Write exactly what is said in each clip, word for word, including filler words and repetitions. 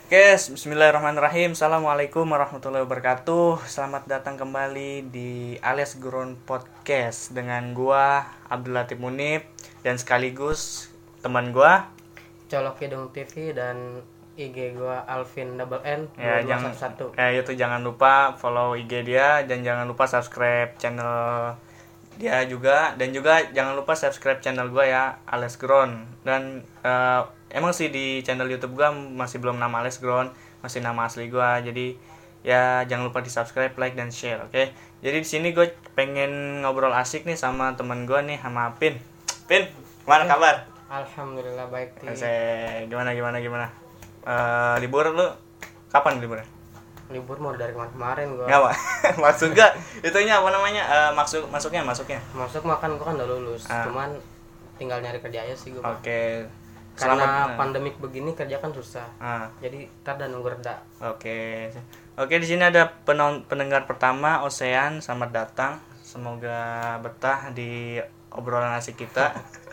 Oke, bismillahirrahmanirrahim. Assalamualaikum warahmatullahi wabarakatuh. Selamat datang kembali di Alias Ground Podcast dengan gua Abdul Latif Munib dan sekaligus teman gua Colok Kidung T V dan I G gua Alvin double N ya, jangan satu. Ya itu jangan lupa follow I G dia dan jangan lupa subscribe channel dia juga, dan juga jangan lupa subscribe channel gua ya, Alias Ground. Dan uh, emang sih di channel YouTube gua masih belum nama Alias Ground, masih nama asli gua. Jadi ya jangan lupa di subscribe, like dan share, oke? Okay? Jadi di sini gue pengen ngobrol asik nih sama teman gua nih, sama Pin. Pin, gimana kabar? Alhamdulillah baik. Ti. Gimana gimana gimana? Uh, libur lu kapan liburnya? Libur mau dari kemarin-kemarin gua. Enggak, Pak. Maksud gua itunya apa namanya? Uh, masuk masuknya masuknya. Masuk makan gua kan udah lulus. Ah. Cuman tinggal nyari kerja aja sih gua. Oke. Okay. Karena Selamat, pandemik begini kerja kan susah. Ah. Jadi tar dan nunggu reda. Oke. Okay. Oke, okay, di sini ada penon- pendengar pertama Ocean, selamat datang. Semoga betah di obrolan asik kita.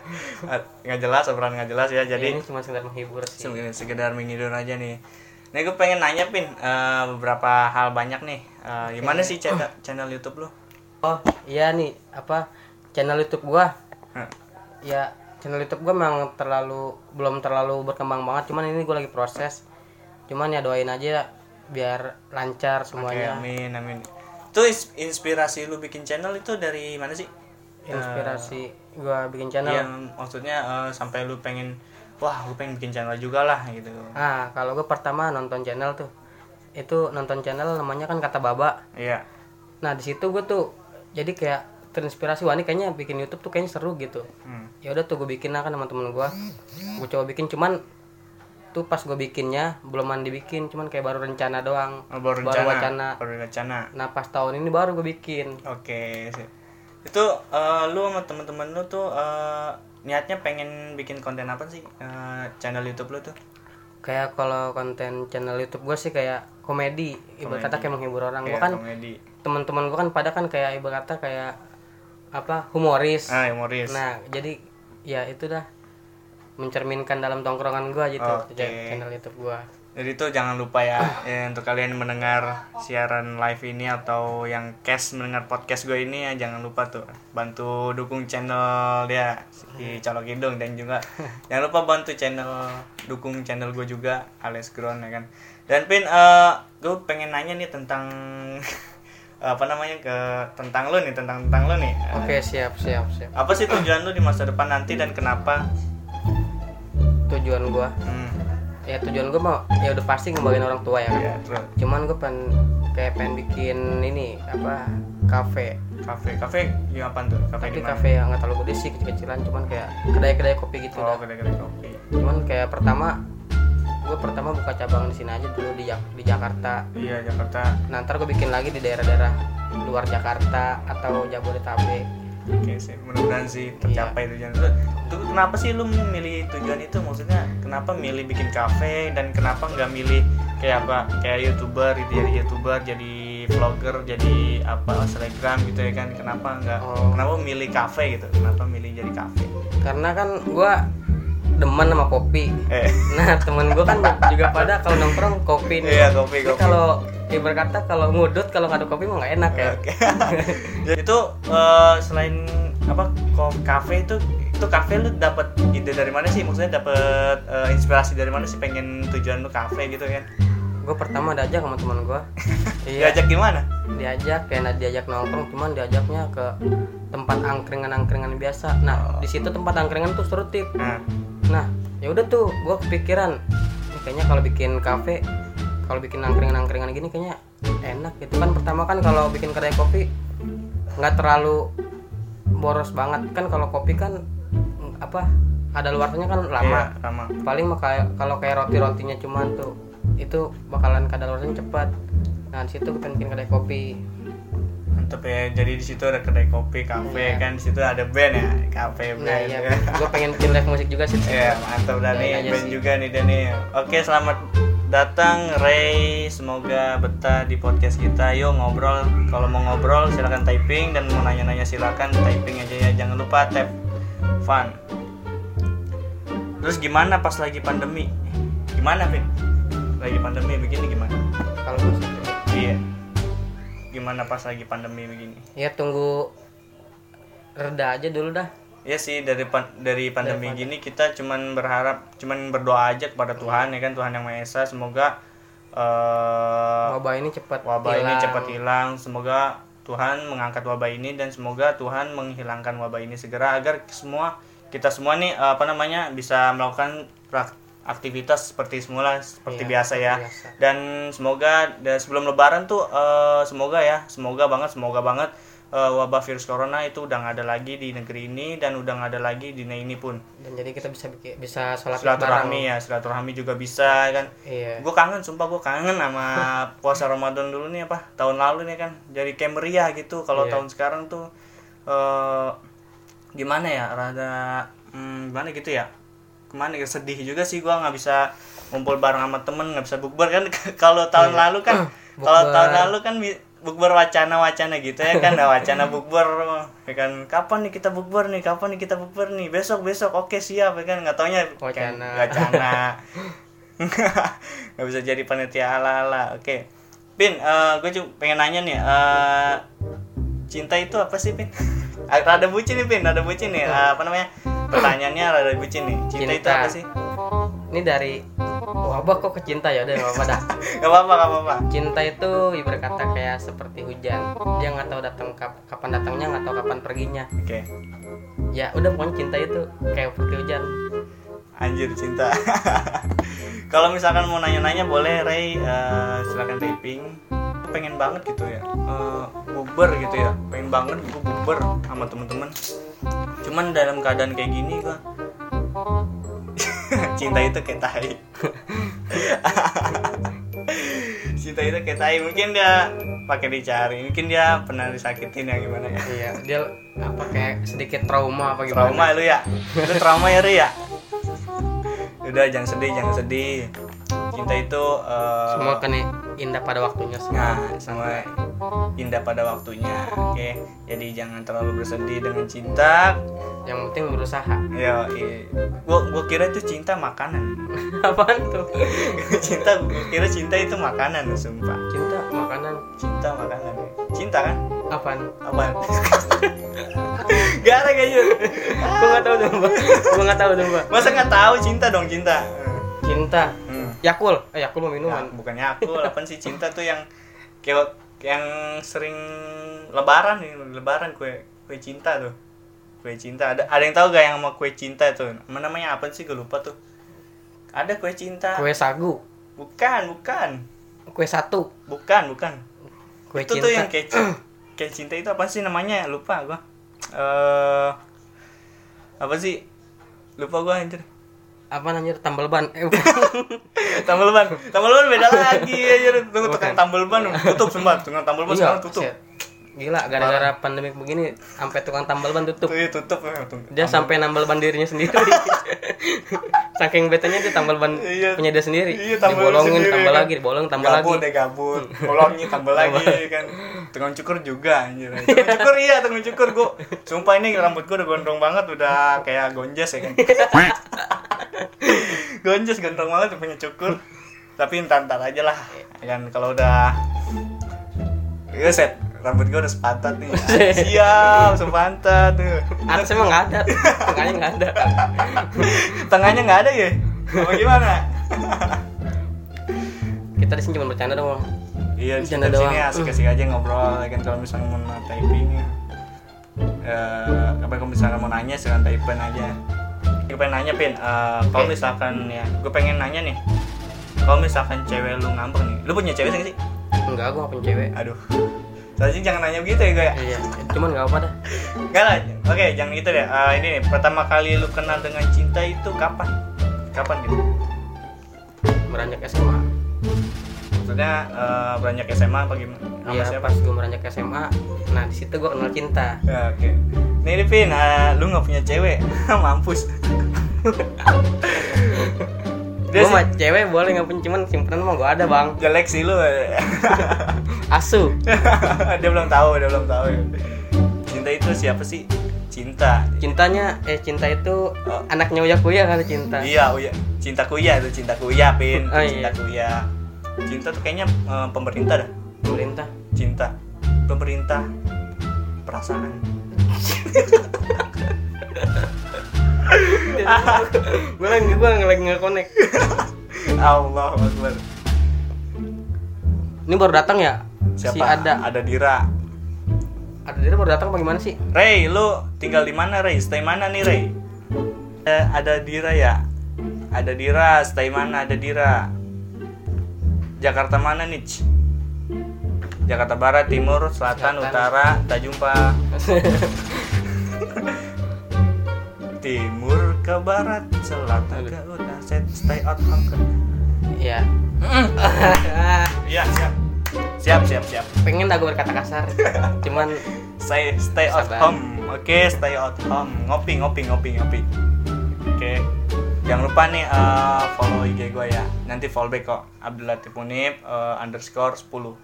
Nggak jelas, obrolan nggak jelas ya. Jadi ini cuma sekedar menghibur sih. Sekedar menghibur aja nih. Nih gue pengen nanya Pin, uh, beberapa hal banyak nih. Uh, okay. Gimana sih channel, channel YouTube lo? Oh iya nih, apa channel YouTube gua? Huh? Ya channel YouTube gua memang terlalu belum terlalu berkembang banget. Cuman ini gua lagi proses. Cuman ya doain aja biar lancar semuanya. Oke, amin amin. Itu inspirasi lu bikin channel itu dari mana sih? Inspirasi uh, gua bikin channel. Yang maksudnya uh, sampai lu pengen, wah gue pengen bikin channel juga lah gitu. Ah, kalau gue pertama nonton channel tuh, itu nonton channel namanya kan Kata Baba. Iya. Nah di situ gue tuh jadi kayak terinspirasi, wah ini kayaknya bikin YouTube tuh kayaknya seru gitu. Hmm. Ya udah tuh gue bikin lah kan teman-teman gue, gue coba bikin, cuman tuh pas gue bikinnya belum mandi bikin, cuman kayak baru rencana doang. Oh, baru, baru rencana. wacana. Baru rencana. Nah pas tahun ini baru gue bikin. Oke. Itu uh, lu sama teman-teman lu tuh uh, niatnya pengen bikin konten apa sih uh, channel YouTube lu tuh? Kayak kalau konten channel YouTube gue sih kayak komedi, ibarat kata kayak menghibur orang. Gue kan teman-teman gue kan pada kan kayak ibarat kata kayak apa humoris. Ah, humoris. Nah jadi ya itu dah mencerminkan dalam tongkrongan gue gitu. Okay. Channel YouTube gue. Jadi tuh jangan lupa ya, ya untuk kalian mendengar siaran live ini atau yang cast mendengar podcast gue ini ya, jangan lupa tuh bantu dukung channel dia si Colok Kidung, dan juga jangan lupa bantu channel dukung channel gue juga Alias Ground ya kan. Dan Pin, uh, gue pengen nanya nih tentang apa namanya ke tentang lu nih tentang tentang lu nih. Oke, okay, siap siap siap. Apa sih tujuan lu di masa depan nanti dan kenapa? Tujuan gue. Hmm. Ya tujuan gue mau ya udah pasti ngebagiin orang tua ya kan. Ya, cuman gue pengen kayak pengen bikin ini apa kafe kafe kafe ya apa tuh kafe tapi kafe yang nggak terlalu gede sih, kecil-kecilan, cuman kayak kedai-kedai kopi gitu. Oh, kedai-kedai kopi. Cuman kayak pertama gue pertama buka cabang di sini aja dulu di di Jakarta. Iya, Jakarta. Nah, ntar gue bikin lagi di daerah-daerah luar Jakarta atau Jabodetabek. Oke sih, mudah-mudahan sih tercapai tujuan itu. Itu kenapa sih lu milih tujuan itu? Maksudnya kenapa milih bikin kafe dan kenapa nggak milih kayak apa? Kayak YouTuber, jadi YouTuber, jadi vlogger, jadi apa? Selebgram gitu ya kan? Kenapa nggak? Oh. Kenapa milih kafe gitu? Kenapa milih jadi kafe? Karena kan gua demen sama kopi. Eh. Nah, temen gua kan juga pada kalau nongkrong kopi nih. Iya, kopi, kopi. Kalau ibarat kata kalau ngudut kalau nggak ada kopi mah nggak enak ya. Oke. Jadi itu uh, selain apa kafe itu itu kafe lu dapat ide dari mana sih? Maksudnya dapat uh, inspirasi dari mana sih pengen tujuan lu kafe gitu kan? Gue pertama diajak sama teman gue. Iya. Diajak gimana? Diajak kayak diajak nongkrong, cuman diajaknya ke tempat angkringan-angkringan biasa. Nah, oh. Di situ tempat angkringan tuh seru tip. Hmm. Nah, ya udah tuh gue kepikiran kayaknya kalau bikin kafe, kalau bikin angkringan-angkringan gini kayaknya enak gitu kan. Pertama kan kalau bikin kedai kopi nggak terlalu boros banget kan. Kalau kopi kan apa ada luarsanya kan lama. Iya, lama. Paling kayak kalau kayak roti-rotinya cuman tuh itu bakalan kadaluarsanya cepat. Nah, di situ gue bikin kedai kopi. Mantep ya, jadi di situ ada kedai kopi, kafe, iya. Kan di situ ada band ya, kafe band. Nah, iya, gue pengen bikin live musik juga sih. Iya, mantap dan nih band sih. Juga nih Dani. Oke, selamat datang Ray, semoga betah di podcast kita. Yuk ngobrol, kalau mau ngobrol silakan typing, dan mau nanya-nanya silakan typing aja ya. Jangan lupa tap fun. Terus gimana pas lagi pandemi? Gimana, Vin? lagi pandemi begini gimana? Kalau gue sih, Iya. Gimana pas lagi pandemi begini? ya tunggu reda aja dulu dah. Ya sih, dari pan- dari pandemi Daripada- gini kita cuman berharap, cuman berdoa aja kepada Tuhan ya kan, Tuhan yang Maha Esa, semoga eh, Wabah ini cepat wabah hilang. ini cepat hilang. Semoga Tuhan mengangkat wabah ini dan semoga Tuhan menghilangkan wabah ini segera agar semua kita semua nih eh, apa namanya bisa melakukan prak- aktivitas seperti semula seperti Iya, biasa ya. seperti biasa. Dan semoga dan sebelum lebaran tuh eh, semoga ya, semoga banget semoga banget eh, wabah virus corona itu udah nggak ada lagi di negeri ini dan udah nggak ada lagi di dunia ini pun. Dan jadi kita bisa bikin bisa sholat Silaturahmi ya, silaturahmi juga bisa kan. Iya. Gue kangen, sumpah gue kangen sama puasa Ramadan dulu nih apa tahun lalu nih kan, jadi kayak meriah gitu. Kalau Iya. tahun sekarang tuh eh gimana ya, rada hmm, gimana gitu ya, kemana ya, sedih juga sih gue nggak bisa ngumpul bareng sama temen, nggak bisa bukber kan. Kalau tahun Iya. lalu kan kalau Bukber. tahun lalu kan bi- bukber wacana-wacana gitu ya kan, nah, wacana bukber ya kan, kapan nih kita bukber nih, kapan nih kita bukber nih, besok besok oke siap ya kan, nggak taunya kan, Wacana. wacana nggak bisa jadi panitia ala-ala. Oke Pin, gue juga pengen nanya nih, eh, cinta itu apa sih Pin? Rada bucin nih Pin, rada bucin nih. Eh, apa namanya, pertanyaannya rada bucin nih. Cinta, itu Cinta. apa sih? Ini dari wabah kok ke cinta ya, udah nggak apa-apa dah. Gak apa-apa, gak apa-apa. Cinta itu ibarat kata kayak seperti hujan. Dia nggak tahu datang kap- kapan datangnya, nggak tahu kapan perginya. Oke, Ya udah, pokoknya cinta itu kayak seperti hujan. anjir cinta. Kalau misalkan mau nanya-nanya boleh Ray, eh, silakan typing. Gue pengen banget gitu ya, eh, bukber gitu ya, pengen banget gue bukber sama temen-temen. Cuman dalam keadaan kayak gini gue cinta itu kayak tai. Cinta itu kayak tai, mungkin dia pakai dicari, mungkin dia pernah disakitin ya gimana ya. Iya, dia apa kayak sedikit trauma apa gimana? Trauma lu ya, lu trauma ya Ri ya. Udah jangan sedih, jangan sedih. Cinta itu eh, Semua kan indah pada waktunya semua. nah, semua indah pada waktunya. Oke, jadi jangan terlalu bersedih dengan cinta. Yang penting berusaha. Ya, iya. Gua gua kira itu cinta makanan. Apaan tuh? Cinta, gua kira cinta itu makanan, sumpah. Cinta makanan. Cinta makanan. Cinta kan? Apaan? Apaan? Gak ada kayaknya. Gua nggak tahu dong, Mbak. Gua nggak tahu dong, Mbak. Masa nggak tahu cinta dong, cinta? Cinta. Hmm. Yakul. Eh, Yakul mau Ya, minuman. bukannya aku, apaan sih cinta tuh yang kayak yang sering lebaran nih, lebaran kue kue cinta tuh. Kue cinta. Ada ada yang tahu gak yang sama kue cinta tuh? Nama- Namanya apa sih? Gue lupa tuh. Ada kue cinta. Kue sagu. Bukan, bukan. Kue satu. Bukan, bukan. Kue Itu cinta. tuh yang kayak ci- kayak cinta itu apa sih namanya? Lupa gua. Eh apa sih? Lupa gua anjir. Apa namanya? Tambal ban. Eh, bukan. Tambal ban. Tambal ban beda lagi anjir. Tunggu tukang Bukan. tambal ban tutup semua. Tukang tambal ban Iya, sekarang tutup. set. Gila, gara-gara pandemi begini sampai tukang tambal ban tutup. Tuh, iya, tutup. eh, tunggu. Dia sampai nambal ban dirinya sendiri. Saking betanya dia tambal ban Iya. punya dia sendiri. Iya, tambal Dibolongin, sendiri, tambal kan. lagi, dibolong, tambal gabut lagi. deh gabut. Bolongnya tambal lagi kan. Tukang cukur juga anjir. Tukang cukur iya, tukang cukur gua. Sumpah ini rambut gua udah gondrong banget, udah kayak gonjes ya kan. Gonjes gondrong banget punya cukur. Tapi entar-entar aja lah. Kan kalau udah ya set, rambut gua udah sepantat nih. Siap, sepantat tuh. Atas emang nggak ada, tengahnya nggak ada. Tengahnya nggak ada ya? Apa gimana? Kita di sini cuma bercanda doang. Iya, di Bercanda sini doang. asik-asik aja ngobrol. Ya kan kalau misalnya mau typing, eh apa kalau misalnya mau nanya silahkan typein aja. Gue pengen nanya Pin, eh, kalau Oke. misalkan ya, gue pengen nanya nih, kalau misalkan cewek lu ngambek nih, lu punya cewek nggak sih? Enggak, gua nggak punya cewek. Aduh, tadi jangan nanya begitu ya gue ya. Iya, cuman nggak apa dah. Enggak lah, oke jangan gitu deh. Eh, ini nih, pertama kali lu kenal dengan cinta itu kapan? Kapan gitu? Beranjak S M A. Maksudnya eh, beranjak S M A apa gimana? Sama Iya, siapa? pas gua beranjak S M A. Nah, di situ gua kenal cinta. Ya, oke. Nih Pin, uh, lu nggak punya cewek, mampus. Dia Gua sih mah cewek boleh nggak punya, cuman simpenan mah gua ada, Bang. jelek sih lu. Asu. Dia belum tahu, dia belum tahu. Cinta itu siapa sih? Cinta. Cintanya eh cinta itu anaknya Uya Kuya kali cinta. Iya, Uya. Cinta Kuya itu cinta Kuya, Pin. Oh, Cinta iya. Kuya. Cinta tuh kayaknya uh, pemerintah dah. Pemerintah. Cinta. Pemerintah. Perasaan. Gue lagi gue lagi nggak connect. Allah Akbar. Ini baru datang ya? Siapa? Si ada. Ada Dira. Ada Dira baru datang bagaimana sih? Ray, lu tinggal di mana Ray? Stay mana nih Ray? Eh, ada Dira ya? Ada Dira, stay mana? Ada Dira. Jakarta mana nih? Jakarta Barat, Timur, Selatan, Selatan. Utara, tak jumpa. Timur ke Barat, Selatan ke Utara, stay out home. Iya. Iya, siap. Siap, siap, siap. Pengen dah gue berkata kasar. Cuman Stay, stay at Sabar. home. Oke, stay at home. Ngopi, ngopi, ngopi, ngopi. Oke. Jangan lupa nih uh, follow I G gue ya. Nanti follow back kok. Abdul Latif Munib uh, underscore sepuluh.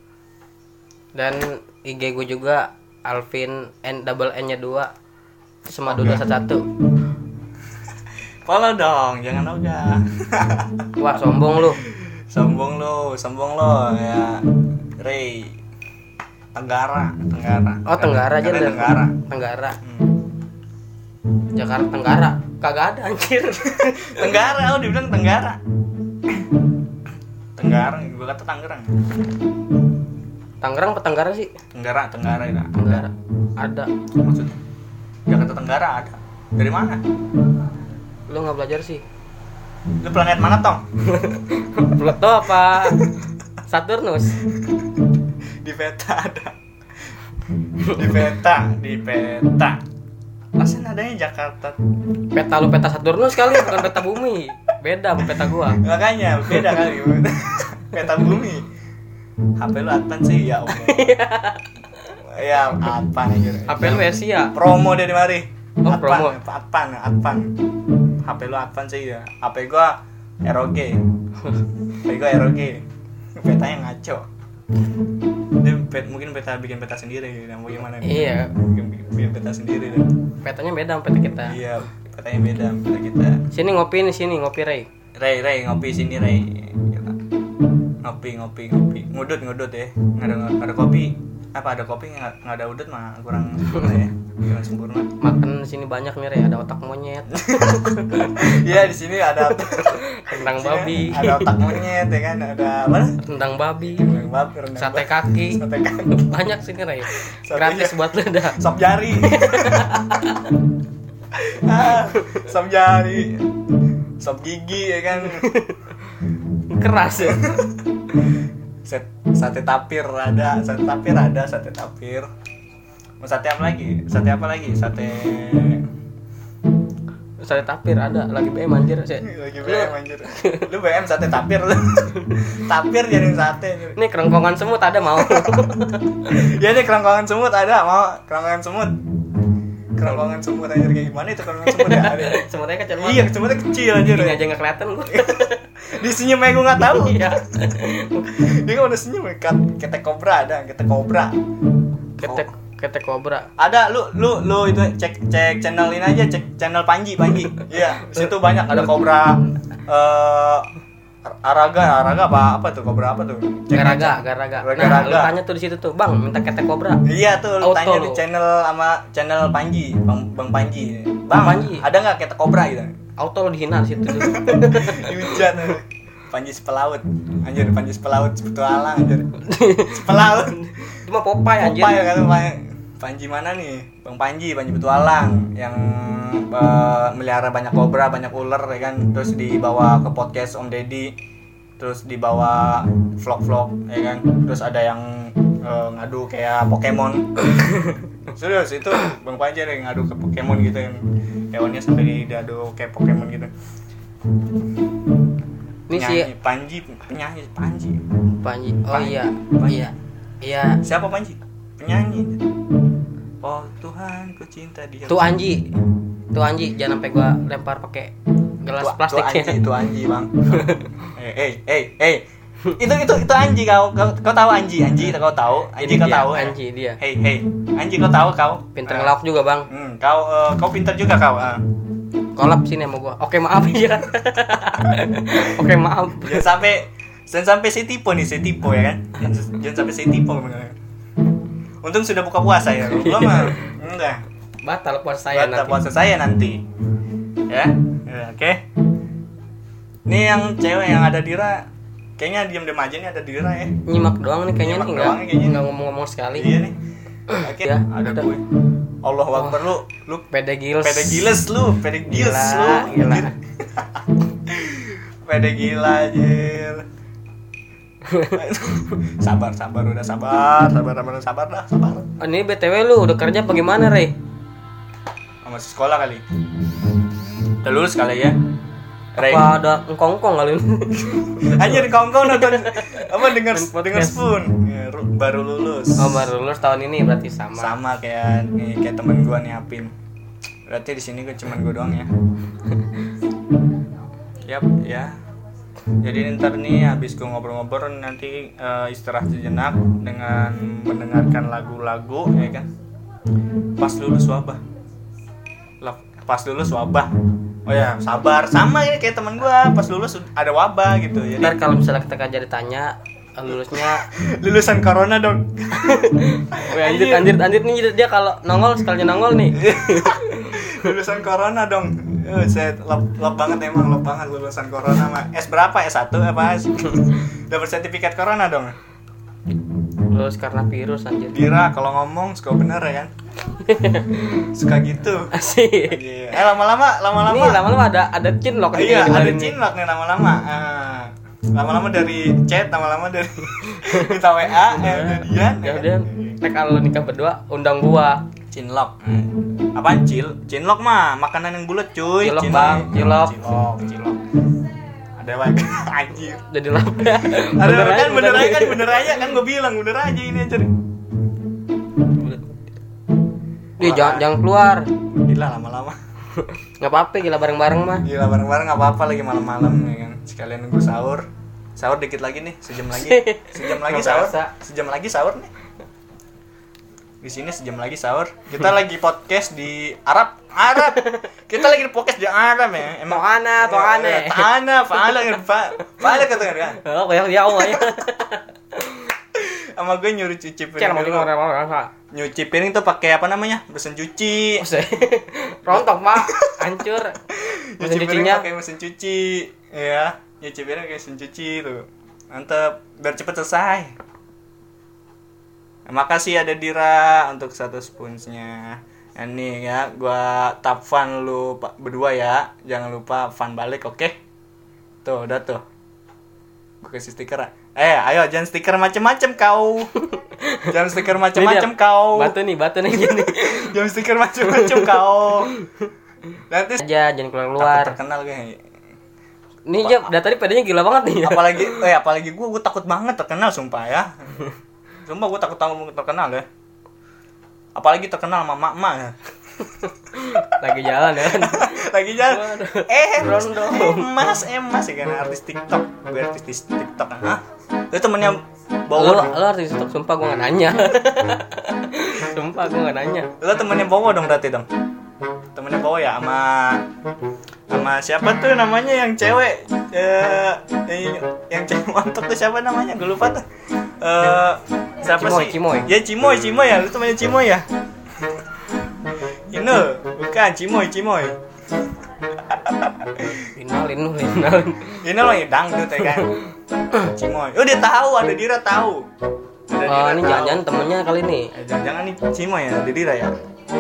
dan I G gue juga Alvin N double N nya dua sama Oke. dua satu satu. Follow dong, jangan ogah. Wah, sombong lu. Sombong lo, sombong lo ya. Ray. Tenggara, Tenggara. Oh, Tenggara aja Karena dah. Tenggara. Tenggara. Hmm. Jakarta Tenggara. Kagak ada anjir. Tenggara, oh dibilang Tenggara. Tenggara, gue kata Tangerang. Tangerang apa Tenggara sih? Tenggara, Tenggara ya. Tenggara. Ada. Maksudnya Jakarta Tenggara ada. Dari mana? Lu nggak belajar sih? Lu planet mana tong? Pluto apa? Saturnus. Di peta ada. Di peta, di peta. Rasanya adanya Jakarta. Peta lu peta Saturnus kali, bukan peta bumi. Beda sama peta gua. Makanya beda kali. Peta bumi. H P lu Advan sih ya Allah. Ya Advan aja. H P lu Asia. Promo dari mari. Oh, Advan, promo. Advan, Advan. H P lu Advan sih ya. H P gua R O G. H P gua R O G. Petanya ngaco. Dia pet, mungkin peta bikin peta sendiri dan bagaimana nih? Iya. Bikin, bikin peta sendiri dan. Petanya beda sama peta kita. Iya, petanya beda sama peta kita. Sini ngopi nih, sini ngopi Ray. Ray, Ray ngopi sini Ray. Gila. Ngopi, ngopi, ngopi. Ngudut, ngudut ya. Nggak ada, nggak ada kopi. Apa ada kopi nggak nggak ada udut mah kurang sempurna ya. Kurang sempurna. Makan di sini banyak nih Ray, ada otak monyet. Iya di sini ada Rendang di sini babi. ada otak monyet ya kan, ada apa? Rendang babi. Rendang babi, rendang Sate babi. kaki. Sate kaki. Banyak sini Ray. Sate Gratis ja- buat lu dah. Sop jari. Ah, sop jari. Sop gigi ya kan. Keras ya. Set, sate tapir ada, sate tapir ada, sate tapir. Mau sate apa lagi? Sate apa lagi? Sate Sate tapir ada, lagi B M anjir. Saya- lagi B M anjir. Lu B M sate tapir lu. Tapir jadi sate. Ini kerongkongan semut ada mau. Ya nih kerongkongan semut ada, mau kerongkongan semut. Kerongkongan semut anjir kayak gimana itu kerongkongan semut ya? Ada. Semutnya kecil Iya, semutnya kecil anjir. Ini aja nggak kelihatan gua. Di senyum aja gue nggak tahu. Iya. Dia kan udah senyum kan, ketek kobra ada, ketek kobra. Ketek ketek kobra. Ada lu lu lu itu cek cek channel ini aja, cek channel Panji Panji. Iya, di situ banyak ada kobra eh araga, araga apa apa tuh kobra apa tuh? Cek Garaga, aja. garaga. Garaga. Nah, lu tanya tuh di situ tuh, "Bang, minta ketek kobra." Iya tuh, lu Auto tanya lu. di channel sama channel Panji, Bang, Bang Panji. Bang, Panji. ada nggak ketek kobra gitu? Auto lu dihina di situ. Hujan. Panji sepelaut. Anjir, Panji sepelaut, petualang anjir. Sepelaut. Itu mah Popeye anjir. Popeye kan Pan- Panji mana nih? Bang Panji, Panji petualang yang uh, melihara banyak kobra, banyak ular ya kan. Terus dibawa ke podcast Om Deddy. Terus dibawa vlog-vlog ya kan. Terus ada yang uh, ngadu kayak Pokemon. Serius itu Bang Panji ada yang ngadu ke Pokemon gitu yang hewannya sampai diadu kayak Pokemon gitu. Ini sih Penyanyi, Panji, penyanyi Panji. Panji. Oh Panji. iya. Panji. Iya. Iya. Siapa Panji? Penyanyi. Oh Tuhan, ku cinta dia. Tuh Anji. Tuh Anji, jangan sampai gua lempar pakai gelas Itu- plastik itu ya. Anji, itu Anji, Bang. Eh, eh, eh, eh. Itu itu itu Anji kau. Kau, kau tahu Anji? Anji kau tahu? Anji Ini kau dia, tahu? ya? Anji dia. Hey, hey. Anji kau tahu kau? Pinter Eh, ngelawak juga, Bang. Hmm, kau eh, kau pintar juga kau. eh. Kolab sini sama gua. Oke, maaf ya. Oke, maaf. Jangan sampai Jangan sampai saya tipu nih, saya tipu ya kan. Jangan, jangan sampai saya tipu bener. Untung sudah buka puasa ya. Belum mah enggak. Batal puasa saya Batal nanti. puasa saya nanti. Ya. Ya, oke. Ini yang cewek yang ada Dira kayaknya diam-diam aja nih ada Dira ya. Nyimak doang nih kayaknya Nyimak nih doang enggak kayaknya. enggak ngomong-ngomong sekali. Iya nih. Oke, Ya, ada udah. gue. Allahu Akbar lu, lu Pede gils. pede giles lu, pede giles Gila, lu. gila. anjir. Pede gila anjir. sabar, sabar udah sabar, sabar, sabar, sabar dah, sabar. Oh, ini B T W lu udah kerja bagaimana, Rey? Oh, masih sekolah kali. Udah lulus kali ya. Ray. Apa ada engkong-engkong kali ini? Anjir kongkong nonton apa dengar Podcast. dengar Spoon. Ya, ru- baru lulus. Oh, baru lulus tahun ini berarti sama. Sama kayak nih kayak temen gua nih Apin. Berarti di sini gua cuman gua doang ya. Yap, ya. Jadi ntar nih habis gua ngobrol-ngobrol nanti eh, istirahat sejenak dengan mendengarkan lagu-lagu ya kan. Pas lulus wabah. Lah, pas lulus wabah. Oh ya, sabar. Sama ya kayak teman gua pas lulus ada wabah gitu. Jadi Ntar kalau misalnya kita kerja ditanya lulusnya lulusan corona dong. Wih, anjir, anjir, anjir nih dia kalau nongol sekalinya nongol nih. Lulusan corona dong. Eh, saya lop, lop banget emang lop banget lulusan corona mah. S berapa? S satu apa? Dapat sertifikat corona dong. Lulus karena virus anjir. Dira kalau ngomong suka bener ya kan? Suka gitu. Asik. Iya. Eh lama-lama lama-lama. Ini lama-lama ada ada cinlok nih Iya, di ada balik ini. cinlok nih lama-lama. Ah. Lama-lama dari chat, lama-lama dari minta W A, eh jadian. Ya udah, nek kalau nikah berdua undang gua. Cinlok. Apaan cil? Cinlok mah makanan yang bulat cuy. Cilok, Bang. Cilok. Cilok, cilok. Ada lagi anjir. Jadi lama. Ada kan bener aja kan bener aja kan gue bilang bener aja ini aja. Dia jangan jangan keluar. Gila lama-lama. Enggak apa-apa gila bareng-bareng mah. Gila bareng-bareng enggak apa-apa lagi malam-malam ya kan. Sekalian nunggu sahur. Sahur dikit lagi nih, sejam lagi. Sejam lagi Nggak sahur. berasa. Sejam lagi sahur nih. Di sini sejam lagi sahur. Kita lagi podcast di Arab. Arab. Kita lagi di podcast di Arab ya. Emang ana, to ane. Ana, faala kan, faala kata kan. Oh, kayak dia awal ya. Sama gue nyuruh cuci Cek piring mau dulu. ngomong apa? Nyuci piring tuh pakai apa namanya? Mesin cuci. Rontok, Pak. Hancur. Mesin Nyuci piring cucinya. pakai mesin cuci, ya. Nyuci piring pakai mesin cuci tuh. Mantep, biar cepet selesai. Nah, makasih ada Dira untuk satu spoonsnya. Nah, nih ya, gua tap fun lu Pak berdua ya. Jangan lupa fun balik, oke? Tuh, udah tuh. Gua kasih stiker. Eh, ayo jangan stiker macem-macem kau. Jangan stiker macem-macem kau. Batu nih, batu nih gini. Jangan stiker macem-macem kau. Nanti Aja jangan takut keluar. terkenal gue. Nih dia dari tadi pedenya gila banget nih. Apalagi eh apalagi gue gue takut banget terkenal sumpah ya. Sumpah gue takut takut terkenal ya. Apalagi terkenal sama mak-mak ya. Lagi jalan ya. Lagi jalan. Eh, Rondo. emas, emas ya kan artis TikTok. Gue artis di TikTok kan. Hah? Itu temennya Lu, Bowo. lu artis TikTok sumpah gua enggak nanya. Sumpah gua enggak nanya. Lu temennya Bowo dong berarti dong. Temennya Bowo ya sama sama siapa tuh namanya yang cewek eh yang, yang cewek montok tuh siapa namanya? Gue lupa tuh. Eh siapa Cimoy, sih? Cimoy. Ya Cimoy, Cimoy ya. Lu temennya Cimoy ya? Ini bukan Cimoy, Cimoy. Finalin lu, finalin. Ini loh yang dangdut ya kan. Cimoy. Oh dia tahu, ada Dira tahu. Ada Oh, Dira ini tahu. jangan-jangan temennya kali ini. Eh, jangan-jangan nih Cimoy ya, ada Dira ya.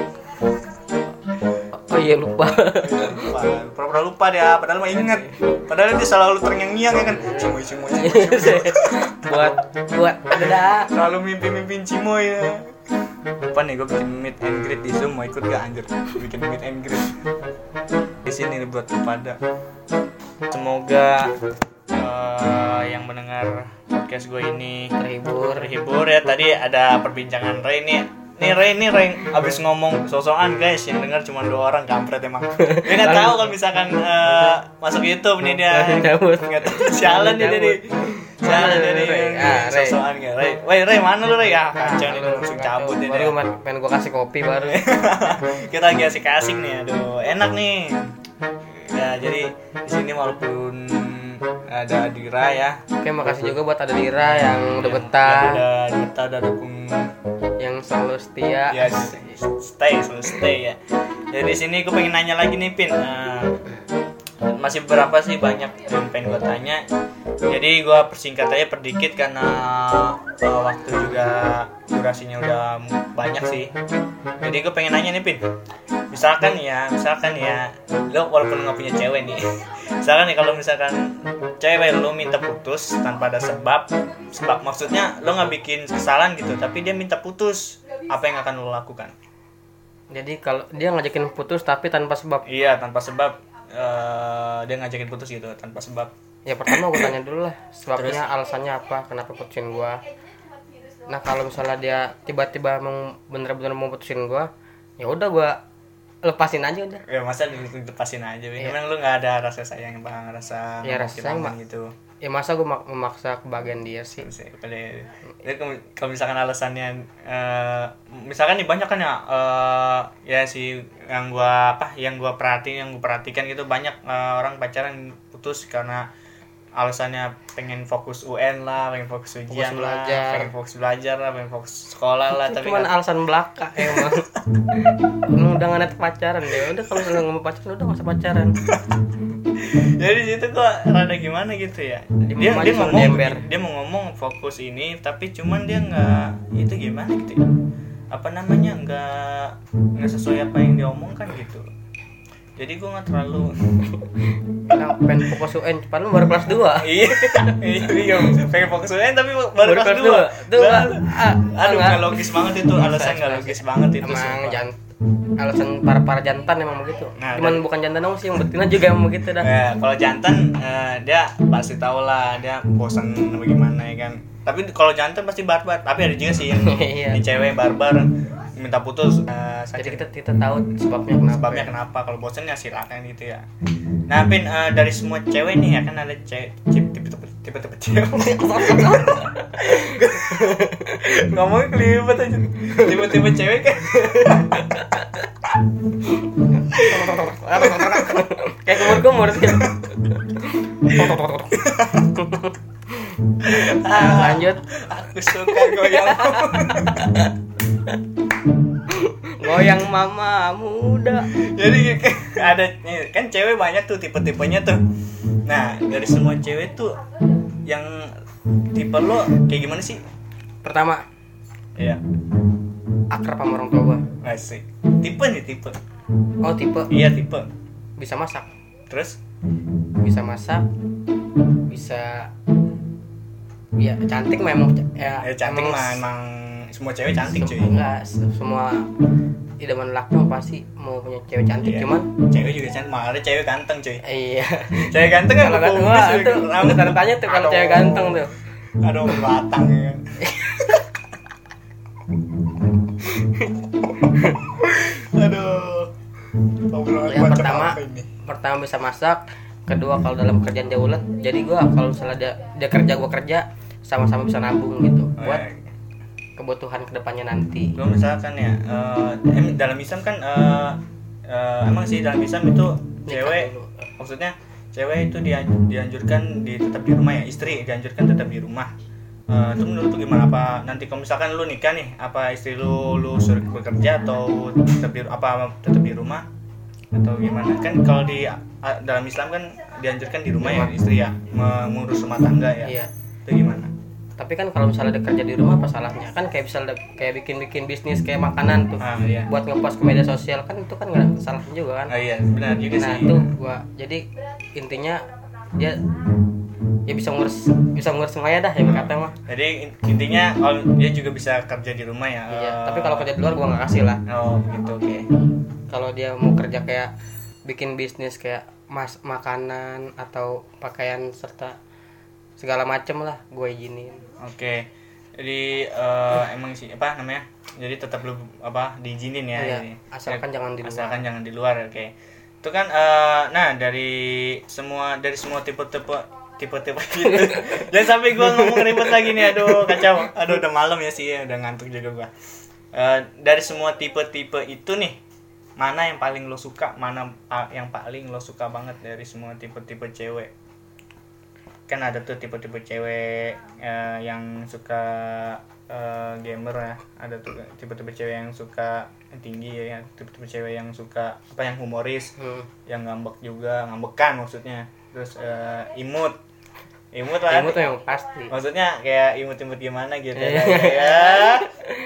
Oh iya lupa. Lupa, pura-pura lupa dia, padahal mah inget. Padahal dia selalu terngiang-ngiang ya kan. Cimoy, Cimoy, Cimoy, Cimoy. buat buat ada dah. Selalu mimpi-mimpiin Cimoy ya. Apa nih gue bikin meet and greet di Zoom, mau ikut gak anjir? Bikin meet and greet di sini nih buat kepada. Semoga uh, yang mendengar podcast gue ini Terhibur. terhibur ya. Tadi ada perbincangan Ray nih. Nih Ray nih Ray abis ngomong sosokan guys, yang dengar cuma dua orang, kampret emang. Dia nggak tahu kalau misalkan uh, masuk YouTube nih dia. Cabut. Nggak tahu sialan dia nih. Sialan dia nih. Ah, Ray. Sosokan nggak Ray. Woi Ray mana lu Ray ya? Kacau nih langsung cabut dia. Baru gua pengen gua kasih kopi baru. Kita lagi asik-asik nih, aduh enak nih. Ya jadi di sini walaupun ada Dira ya. Oke, makasih juga buat ada Dira yang udah betah, udah betah, udah dukung, yang selalu setia. Ya, stay, selalu stay ya. Jadi di sini gue pengen nanya lagi nih Pin. Uh, masih berapa sih banyak yang pengen gue tanya. Jadi gue persingkat aja perdikit karena uh, waktu juga durasinya udah banyak sih. Jadi gue pengen nanya nih Pin. Misalkan ya, misalkan ya, lo walaupun nggak punya cewek nih, misalkan nih kalau misalkan cewek lo minta putus tanpa ada sebab, sebab maksudnya lo nggak bikin kesalahan gitu, tapi dia minta putus, apa yang akan lo lakukan? Jadi kalau dia ngajakin putus tapi tanpa sebab? Iya, tanpa sebab. Uh, dia ngajakin putus gitu tanpa sebab. Ya pertama gue tanya dulu lah sebabnya. Terus? Alasannya apa, kenapa putusin gue. Nah kalau misalnya dia tiba-tiba mau bener-bener mau putusin gue, ya udah gue lepasin aja udah. Ya masa dilepasin aja, ya. Memang lu nggak ada rasa sayang bang, rasa ya, rasa sayang gitu. Ya masa gue memaksa kebahagiaan dia sih. Jadi kalau misalkan alasannya, uh, misalkan nih banyak kan ya, uh, ya si yang gue apa, yang gue perhatiin, yang gue perhatikan gitu banyak uh, orang pacaran putus karena alasannya pengen fokus U N lah, pengen fokus ujian fokus lah, belajar. pengen fokus belajar lah, pengen fokus sekolah lah. Itu tapi cuman kan alasan belaka emang. Emang udah nggak ada pacaran deh. Udah kalau misalnya ngomong pacaran udah nggak usah pacaran. Jadi situ kok rada gimana gitu ya. Dia dia ngomong jember. Dia mau ngomong fokus ini, tapi cuman dia nggak itu gimana gitu ya. Apa namanya nggak nggak sesuai apa yang dia omongkan gitu. Jadi gue nggak terlalu nah, pengen fokus U N, padahal baru kelas dua. Iya, iya, pengen fokus U N tapi baru, baru kelas dua. Tuh, aduh nggak logis banget itu, alasan nggak logis banget itu. Emang jangan alasan para para jantan emang begitu. Nah, cuman dan, bukan jantan dong sih, yang betina juga emang begitu dah. Ya, kalau jantan uh, dia pasti tahu lah dia bosan bagaimana ya kan. Tapi kalau jantan pasti barbar. Tapi ada juga sih yang ini cewek barbar minta putus. Uh, Jadi kita kita tahu sebabnya kenapa. Sebabnya ya. Kenapa? Kalau bosan ya silakan gitu ya. Nah, Pin, uh, dari semua cewek nih ya kan ada cewek tipe-tipe tipe-tipe cewek. Ngomongnya kelibet aja. Tipe-tipe cewek kan. Kayak kumur-kumur sih. Ah, lanjut. Aku suka goyang. Goyang mama muda. Jadi ada kan cewek banyak tuh tipe-tipenya tuh. Nah, dari semua cewek tuh yang tipe lo kayak gimana sih? Pertama, iya. Akrab sama orang tua gua. Asik. Tipe nih tipe. Oh, tipe. Iya, tipe. Bisa masak. Terus? Bisa masak. Bisa ya cantik memang ya, ya cantik mah emang semua cewek cantik sem- cuy. Enggak, semua idaman laki pasti mau punya cewek cantik, iya. Cuman cewek juga cantik, malah ada cewek ganteng cuy. Iya. Cewek ganteng kan kalau ganteng mah itu tanda-tanya tuh kalau cewek ganteng tuh. Aduh, batang ya. Aduh. Yang pertama, pertama bisa masak, kedua kalau dalam kerjaan dia ulet. Jadi gua kalau misalnya dia dia kerja gua kerja, sama-sama bisa nabung gitu buat kebutuhan kedepannya nanti. Lo misalkan ya, uh, em, dalam Islam kan uh, uh, emang sih dalam Islam itu cewek, maksudnya cewek itu dianjurkan di tetap di rumah ya, istri dianjurkan tetap di rumah. Uh, itu menurut lu gimana? Apa nanti kalau misalkan lu nikah nih, apa istri lu lu suruh bekerja atau tetap di apa tetap di rumah atau gimana? Kan kalau di uh, dalam Islam kan dianjurkan di rumah ya istri ya, mengurus rumah tangga ya. Iya. Itu gimana? Tapi kan kalau misalnya dia kerja di rumah apa salahnya? Kan kayak bisa kayak bikin-bikin bisnis kayak makanan tuh. Ah, iya. Buat ngepost ke media sosial kan itu kan enggak salah juga kan? Ah, iya, benar juga nah, sih. Nah, itu gua jadi intinya dia ya bisa ngurus bisa ngurus semuanya dah yang kata mah. Jadi intinya kalau dia juga bisa kerja di rumah ya. Iya, uh, tapi kalau kerja di luar gua enggak kasih lah. Oh, gitu. Oke. Okay. Kalau dia mau kerja kayak bikin bisnis kayak mas makanan atau pakaian serta segala macem lah gue izinin. Oke. Okay. Jadi uh, emang sih apa namanya? Jadi tetap lu apa diizinin ya. Iya, ini. asalkan ya, jangan di luar. Asalkan jangan di luar. Oke. Okay. Itu kan uh, nah dari semua dari semua tipe-tipe tipe-tipe gitu. Jangan sampai gue ngomong ribet lagi nih, aduh kacau. Aduh udah malam ya sih, udah ngantuk juga gue. Uh, dari semua tipe-tipe itu nih, mana yang paling lo suka, mana uh, yang paling lo suka banget dari semua tipe-tipe cewek? kan ada tuh tipe-tipe cewek uh, yang suka uh, gamer ya, ada tuh tipe-tipe cewek yang suka tinggi ya, tipe-tipe cewek yang suka apa yang humoris, hmm. yang ngambek juga, ngambekan maksudnya, terus uh, imut, imut lah, imut yang pasti, maksudnya kayak imut-imut gimana gitu ya,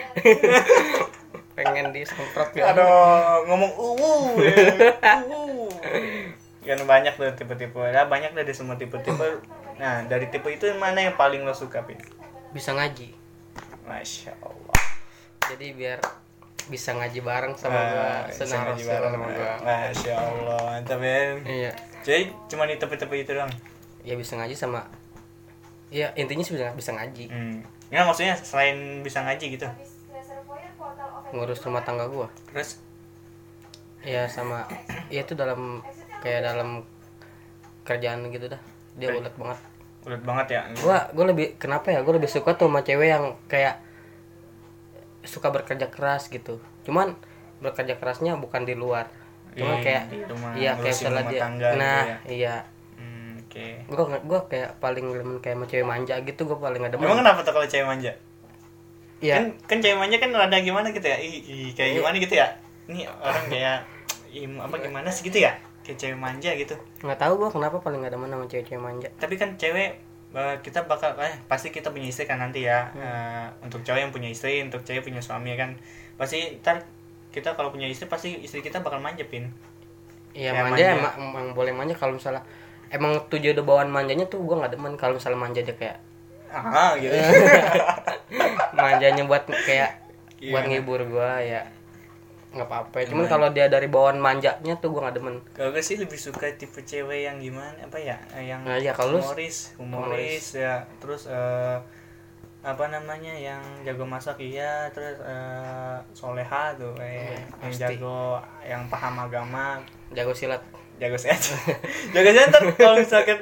pengen disemprot ya, aduh ngomong uwu, uwu, kan banyak tuh tipe-tipe, ya banyak dari semua tipe-tipe. Nah dari tipe itu mana yang paling lo suka, Pin? Bisa ngaji. Masya Allah. Jadi biar bisa ngaji bareng sama gua, senang ngaji bareng sama gua. Masya Allah, mantap ya. Iya. Jadi cuma di tepi-tepi itu doang. Ya bisa ngaji sama. Ya intinya sih bisa bisa ngaji. Hmm. Ya maksudnya selain bisa ngaji gitu. Ngurus rumah tangga gua. Terus? Ya sama. Ya itu dalam kayak dalam kerjaan gitu dah. Dia Oke. ulet banget. Ulet banget ya. Gua gua lebih kenapa ya? Gua lebih suka tuh sama cewek yang kayak suka bekerja keras gitu. Cuman bekerja kerasnya bukan di luar. Cuman Iya, kayak rumah, iya kayak misalnya dia. Nah, gitu ya. iya. Hmm, oke. Okay. Gua gua kayak paling demen kayak sama cewek manja gitu, gua paling gak demen. Emang kenapa tuh kalau cewek manja? Iya. Kan kan cewek manja kan rada gimana gitu ya? Ih, ih kayak gimana gitu ya? Ini orang kayak im, apa gimana sih gitu ya? Kayak cewek manja gitu. Nggak tahu gua kenapa paling gak demen sama cewek-cewek manja. Tapi kan cewek kita bakal eh pasti kita punya istri kan nanti ya. Hmm. Uh, untuk cowok yang punya istri, untuk cewek punya suami kan. Pasti ntar kita kalau punya istri pasti istri kita bakal manjepin. Iya, manja, manja. Emang, emang boleh manja kalau misalnya emang tujuh ada bawaan manjanya tuh gua nggak demen kalau misalnya manja dia kayak ah gitu. Manjanya buat kayak yeah. buat ngibur gua ya nggak apa-apa. Cuman kalau dia dari bawaan manjanya tuh gua nggak demen. Kalau gue sih lebih suka tipe cewek yang gimana apa ya? Yang nah, ya, kalau humoris, humoris, humoris ya. Terus uh, apa namanya yang jago masak iya, terus uh, soleha tuh kayak hmm, yang jago, yang paham agama, jago silat, jago silat, jago silat. Kalau misalkan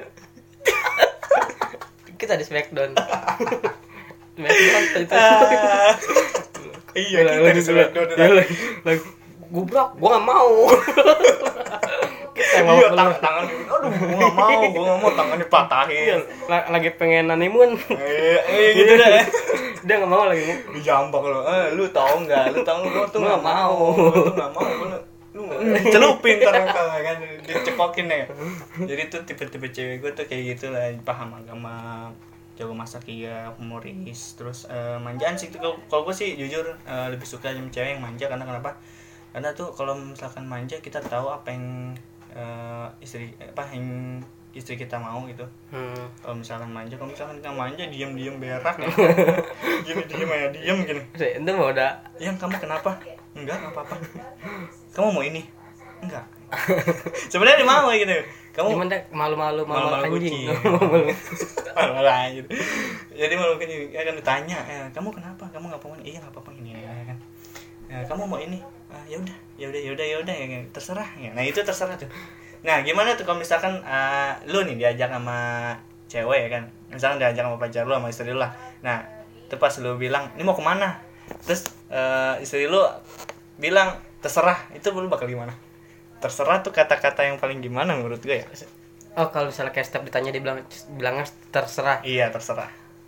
kita di Smackdown, Smackdown itu. Iya kita di Smackdown lagi, lagi gubrak, gua nggak mau. Kita mau iya, tangan, tangan, aduh, gua nggak mau, gua nggak mau tangannya patahin. Lagi pengen honeymoon. Eh, eh gitu deh. Dia nggak mau lagi. Dijambak lo, eh, lu tau nggak? Lu tau gua tuh nggak mau, lu tuh nggak mau, lu lu celupin ntar kan, dicekokin ya. Jadi tuh tipe-tipe cewek gua tuh kayak gitu lah, paham agama, jago masak iya, humoris, terus uh, manjaan sih. Kalau kalau gue sih jujur uh, lebih suka sama cewek yang manja. Karena kenapa? Karena tuh kalau misalkan manja kita tahu apa yang uh, istri apa yang istri kita mau gitu. Hmm. Kalau misalkan manja, kalau misalkan kita manja diam-diam berak ya. Gini diam ya, diam gini. Itu mau udah. Yang kamu kenapa? Enggak, enggak apa-apa. Kamu mau ini? Enggak. Sebenarnya dia mau gitu. Kamu cuman deh malu-malu malu-malu anjing. Malu anjing. Jadi malu kan ya kan ditanya, eh, "Kamu kenapa? Kamu enggak apa-apa?" "Iya, enggak apa-apa ini ya kan." "Ya, kamu mau ini?" "Ah, ya udah, ya udah, ya udah, ya udah ya, terserah." Ya. Nah, itu terserah tuh. Nah, gimana tuh kalau misalkan uh, lu nih diajak sama cewek ya kan? Misalkan diajak sama pacar lu sama istri lu lah. Nah, itu pas lu bilang, "Ini mau kemana?" Terus uh, istri lu bilang, "Terserah." Itu lu bakal gimana? Terserah tuh kata-kata yang paling gimana menurut gue ya? Oh, kalau misalnya kayak step ditanya dia bilang bilangnya terserah. Iya, terserah.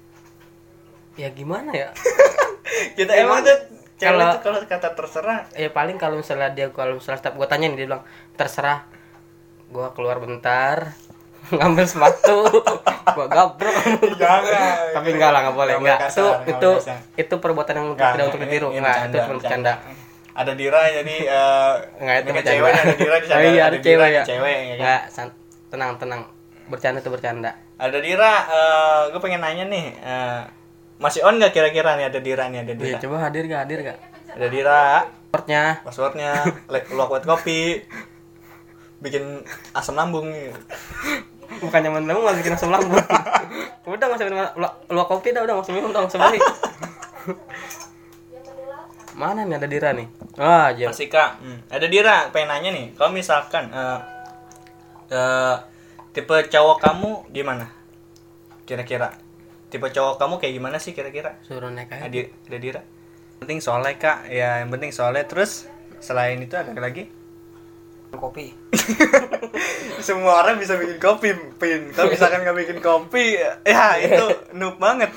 Ya gimana ya? Kita emang tuh kalau kalau kata terserah, ya paling kalau misalnya dia kalau misalnya step gue tanya nih dia bilang terserah. Gua keluar bentar, ngambil sepatu, gua gabrok. Jangan. Tapi enggak lah, enggak boleh. Enggak. Itu itu itu perbuatan yang Nggak, tidak untuk ditiru. Enggak, itu cuma bercanda. Ada Dira jadi uh, enggak itu bercanda. Cewek, ada Dira di sana. Oh, iya, ada cewek ya. Cewek ya kan. Enggak, tenang, tenang. Bercanda itu bercanda. Ada Dira, uh, gue pengen nanya nih, uh, masih on nggak kira-kira nih ada Dira nih ada Dira. Ya, coba hadir nggak hadir nggak? Ada Dira. Passwordnya. Passwordnya, luak buat kopi, bikin asam lambung. Bukan nyaman lambung malah bikin asam lambung. Udah nggak usah minum luak kopi dah, udah nggak usah minum, udah nggak usah beli. Mana nih ada Dira nih? Ah, jam. Masih Kak. Hmm. Ada Dira, pengen nanya nih. Kalau misalkan uh, uh, tipe cowok kamu gimana? Kira-kira tipe cowok kamu kayak gimana sih kira-kira? Suruh naik aja. Ada, ada Dira. Penting soalnya Kak, ya yang penting soalnya. Terus selain itu ada lagi? Kopi. semua orang bisa bikin kopi, Pin. Kalau misalkan nggak bikin kopi, ya itu noob banget.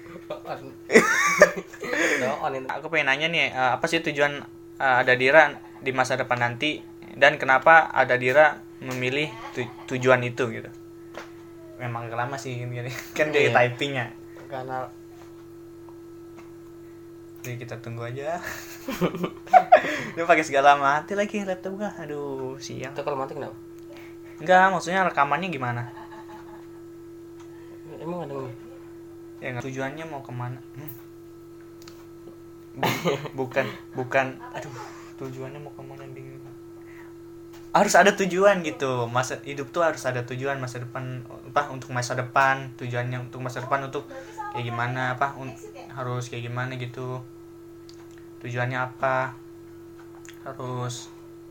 Aku pengen nanya nih, apa sih tujuan ada Dira di masa depan nanti, dan kenapa ada Dira memilih tu- tujuan itu gitu? Memang lama sih gini, kan dari iya. typingnya. Karena jadi kita tunggu aja. Dia pakai segala mati lagi laptop gua. Aduh, siang. itu kalau mati kenapa? Enggak, maksudnya rekamannya gimana? Emang ada nih? Ya nggak, tujuannya mau kemana? Hmm. Bu- bukan, bukan. Aduh, tujuannya mau kemana bingung. Harus ada tujuan gitu. Masa hidup tuh harus ada tujuan masa depan, apa untuk masa depan, tujuannya untuk masa depan untuk kayak gimana, apa un- harus kayak gimana gitu. Tujuannya apa? Harus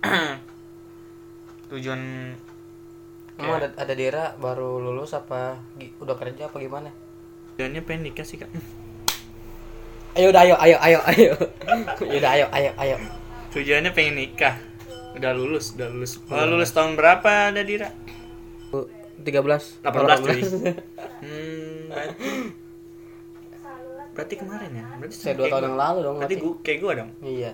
tujuan. Emang ada ada Dira baru lulus apa gi- udah kerja apa gimana? Tujuannya pengen nikah sih, Kak. Ayo udah ayo ayo ayo ayo. Udah ayo ayo ayo. Tujuannya pengen nikah. Udah lulus, udah lulus. Oh, lulus tahun berapa ada Dira? tiga belas delapan belas cuy. Hmm, berarti Berarti kemarin ya? Berarti Saya dua tahun yang lalu dong. Berarti gua kayak gua dong. Iya.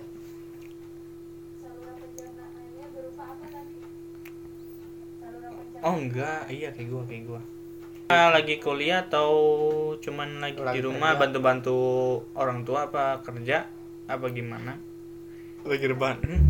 Oh enggak, iya kayak gua, kayak gua. Ah, lagi kuliah atau cuman lagi, Lagi di rumah kerja. bantu-bantu orang tua apa kerja apa gimana? Lagi rebahan. Hmm.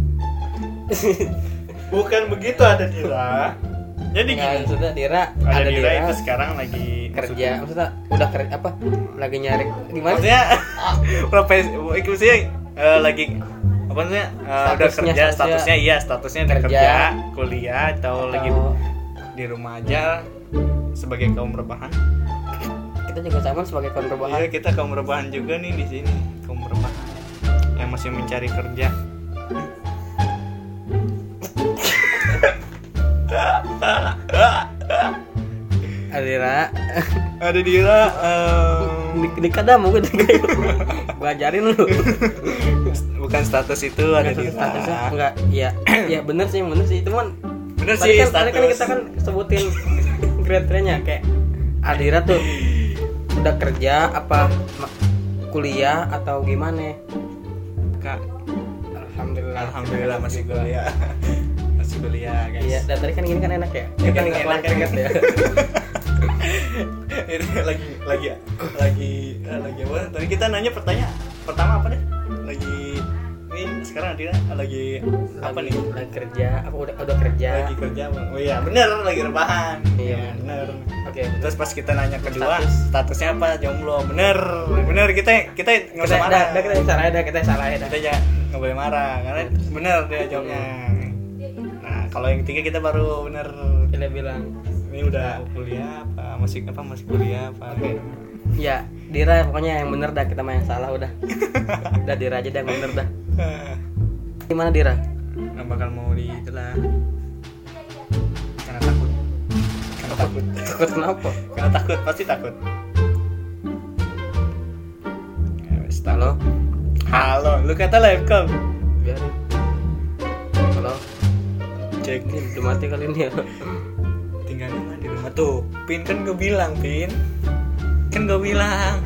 Bukan begitu ada Dira. Jadi Nggak, gini, maksudnya Dira ada, ada Dira, Dira itu sekarang lagi kerja. Maksudnya udah kerja apa? Lagi nyari gimana? Maksudnya profesi, maksudnya eh, lagi apa maksudnya eh, udah Statusnya, kerja, statusnya statusnya iya, statusnya udah kerja. kerja, kuliah atau, Atau lagi di rumah aja sebagai kaum rebahan. kita juga sama sebagai kawan rebahan. Iya, kita kaum rebahan juga nih di sini, kaum rebahan yang masih mencari kerja. Ada Dira. Ada Dira um, Di di kada mau gue gua ajarin lu. bukan status itu ada Status- Dira. statusnya enggak, iya. Iya bener sih, bener sih. Cuman Bener tadi sih kan, tadi kan status. kita kan sebutin kriterianya kayak Adira tuh udah kerja apa ma- kuliah atau gimana? Kak, Alhamdulillah. alhamdulillah masih kuliah. Masih kuliah, guys. Iya, dan tadi kan gini kan enak ya. Ya, Kita kan nggak enak, keluar keringat ya. Ini lagi lagi lagi eh, lagi apa? Tadi kita nanya pertanyaan pertama apa deh? Lagi ini sekarang dia lagi apa nih? Lagi kerja, apa udah udah kerja? Lagi kerja. Oh iya, bener lagi rebahan. Iya, bener. Oke. Terus pas kita nanya kedua, Status. statusnya apa? Jomblo. Bener. Bener, kita kita nggak usah Kita marah. dah, dah kita salah ya, dah kita salah ya. dah. Kita aja nggak boleh marah karena bener dia jawabnya. Nah, kalau yang ketiga kita baru bener. Kita bilang, Ini udah kuliah apa masih apa masih kuliah apa? ya Dira pokoknya yang bener dah, kita mah yang salah udah. Udah Dira aja dah yang bener dah. Gimana Dira? Nggak bakal mau di itulah. Karena takut. Karena takut. Takut kenapa? Karena takut, pasti takut. Ya, wes, takut. Halo? Halo, lu kata live call. Biarin. Halo? Cek. Ini udah mati kali ini ya. Tinggal di mana di rumah tuh. Pin kan gue bilang, Pin. Kan gue bilang.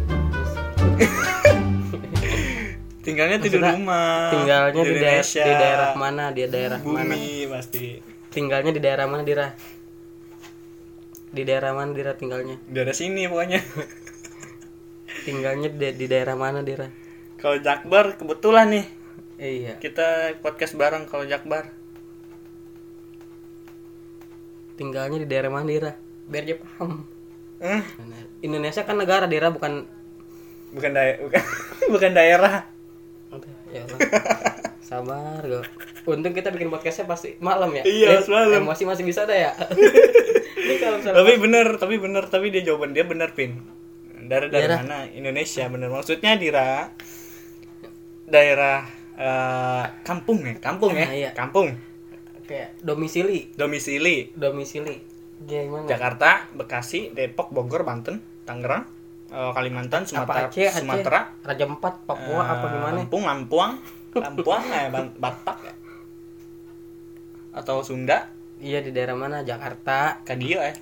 Tinggalnya tuh di Maksudnya, rumah. Tinggalnya di, daerah Indonesia. di daerah mana? Di daerah mana? Bumi pasti. Tinggalnya di daerah mana Dira? Di daerah mana Dira tinggalnya? Daerah sini pokoknya. Tinggalnya di, di daerah mana Dira? Kalau Jakbar kebetulan nih. Iya. Kita podcast bareng kalau Jakbar. Tinggalnya di daerah mana Dira? Biar dia paham. Eh, Indonesia kan negara Dira, bukan. bukan daerah bukan, bukan daerah. Udah, ya Allah. Sabar go. Untung kita bikin podcastnya pasti malam ya. Iya, Eh, malam. Emosi masih bisa ada ya. Ini kalau misalnya Tapi bener, tapi bener, tapi dia jawaban dia bener, Pin. Dari dari Daerah? mana? Indonesia bener. Maksudnya Dira daerah eh, kampung ya, kampung ya, Ah, iya. kampung. kayak domisili, Domisili domisili. Gimana? Jakarta, Bekasi, Depok, Bogor, Banten, Tangerang, eh, Kalimantan, Sumatera, Apa Aceh, Aceh, Sumatera, Raja Empat, Papua, eh, apa gimana? Lampung, Lampuang, Lampuang, eh, Ban- Batak ya? Atau Sunda, Iya, di daerah mana? Jakarta. Kadio ya.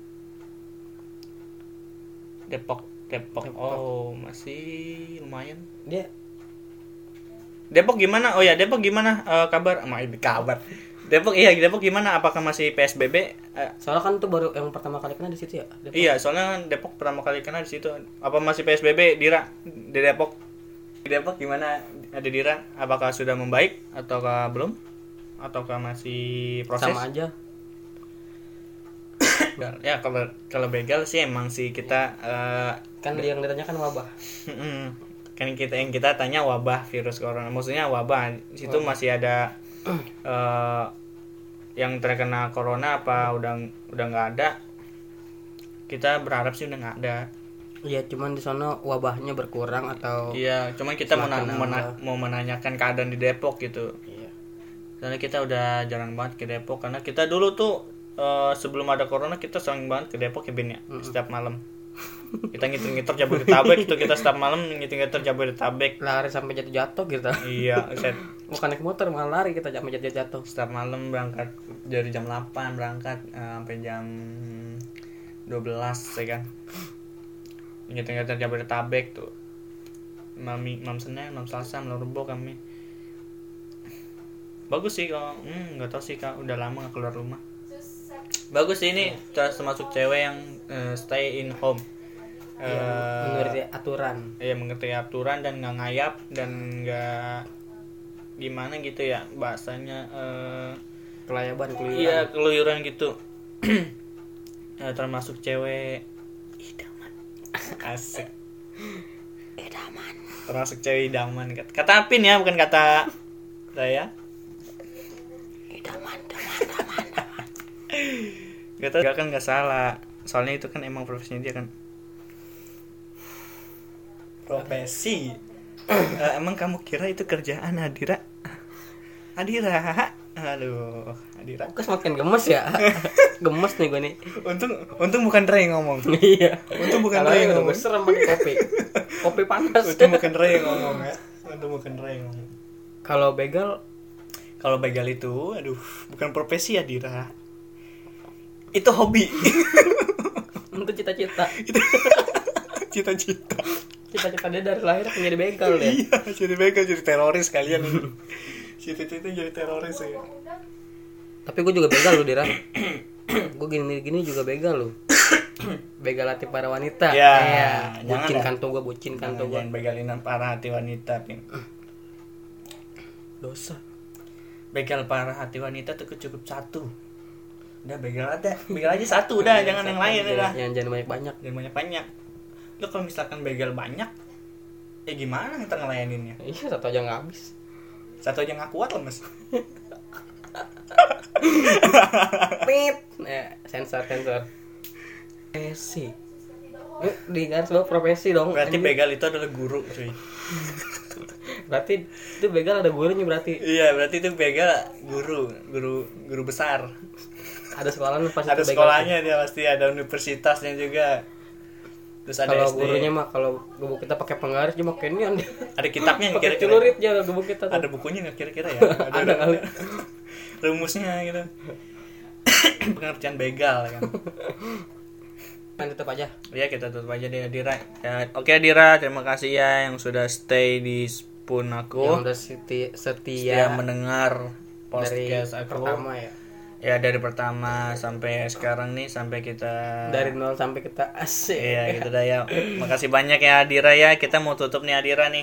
Depok, Depok. Depok. Oh, masih lumayan. Dia Depok gimana? Oh ya, Depok gimana eh, kabar? Sama kabar. Depok iya, Depok gimana? Apakah masih P S B B? Eh, soalnya kan itu baru yang pertama kali kena di situ ya. Depok. iya, soalnya Depok pertama kali kena di situ. Apa masih P S B B, Dira? Di Depok. Di Depok gimana? Ada Dira? Apakah sudah membaik ataukah belum? Ataukah masih proses? Sama aja. Ya kalau kalau begal sih emang sih kita eh, Kan dia yang ditanyakan wabah. Mm-mm. Kan kita yang kita tanya wabah virus corona, maksudnya wabah. Di situ Wabah. masih ada uh, yang terkena corona apa udah udah nggak ada. Kita berharap sih udah nggak ada. Iya, cuman di sana wabahnya berkurang atau Iya, cuman kita mau, na- Semakin mau, na- nambah. mau menanyakan keadaan di Depok gitu. Iya. Karena kita udah jarang banget ke Depok, karena kita dulu tuh uh, sebelum ada corona kita sering banget ke Depok ya Ben ya, setiap malam. Kita ngitung-ngitung Jabodetabek itu kita setiap malam ngitung-ngitung Jabodetabek. Lari sampai jatuh-jatuh gitu. Iya, set. Bukan naik motor, malah lari kita sampai jatuh-jatuh. Setiap malam berangkat dari jam delapan berangkat eh, sampai jam dua belas ya kan. Ngitung-ngitung Jabodetabek tuh. Mami, Mam Senin, Mam Selasa, Mam Rebo kami. Bagus sih kalau hmm enggak tahu sih Kak, udah lama enggak keluar rumah. Bagus sih ini termasuk cewek yang eh, stay in home. Yang Eh, mengerti aturan. ya mengerti aturan dan nggak ngayap dan nggak gimana gitu ya bahasanya eh, Kelayaban, keluyuran. iya keluyuran gitu. Ya, termasuk cewek idaman. Asik. Idaman. Termasuk cewek idaman. Kata, kata Apin ya, bukan kata saya. Idaman, idaman, idaman. Gak tau, kan nggak salah. Soalnya itu kan emang profesinya dia kan. Profesi. Eh, emang kamu kira itu kerjaan Adira? Adira. Aduh, Adira. Kok semakin gemes ya? Gemes nih gue nih. Untung untung bukan Ray yang ngomong. Iya. Untung bukan Kalau Ray yang yang ngomong. gue serem pakai kopi. Kopi panas. Untung bukan Ray yang ngomong ya. Untung bukan Ray yang ngomong. Kalau begal Kalau begal itu, aduh, bukan profesi ya Dira. Itu hobi. itu cita-cita. Cita-cita. Cita-cita dia dari lahir menjadi begal ya. Iya, jadi begal jadi teroris kalian. Cita-cita jadi teroris ya. Tapi gue juga begal loh, Dira. Gue gini-gini juga begal loh. Begal hati para wanita. Ya, Iya. jangan Bucin dah. kan tuh gue, bucin kan tuh gue. Jangan begalin para hati wanita, Pin. Dosa. Begal para hati wanita tuh cukup satu. Udah begal ada, begal aja satu udah, jangan yang lain udah. Yang jangan banyak-banyak. Jangan banyak-banyak. Lo kalau misalkan begal banyak, ya gimana kita ngelayaninnya? Iya, satu aja nggak habis. Satu aja nggak kuat loh mas. Pit. Eh, sensor sensor. Profesi. Eh, di garis bawah profesi dong. Berarti Anjing. begal itu adalah guru cuy. Berarti itu begal ada gurunya berarti. Iya berarti itu begal guru, guru guru besar. Ada sekolahnya pasti Ada itu begal. sekolahnya dia pasti, ada universitasnya juga. Terus ada Kalau S D. gurunya mah kalau gubuk kita pakai penggaris dia pakai ini anda. Ada kitabnya nggak Pakai kira-kira? celurit ya gubuk kita tuh. Ada bukunya nggak kira-kira ya? Ada kali. Rumusnya gitu. Pengertian begal kan. Kan tutup aja. Ya kita tutup aja deh Dira. Ya, oke Dira, terima kasih ya yang sudah stay di Spoon aku. Yang udah setia, setia Setia mendengar dari podcast aku. pertama ya. Ya dari pertama sampai sekarang nih, sampai kita Dari nol sampai kita asik. iya gitu dah ya. Makasih banyak ya Adira ya. Kita mau tutup nih Adira nih.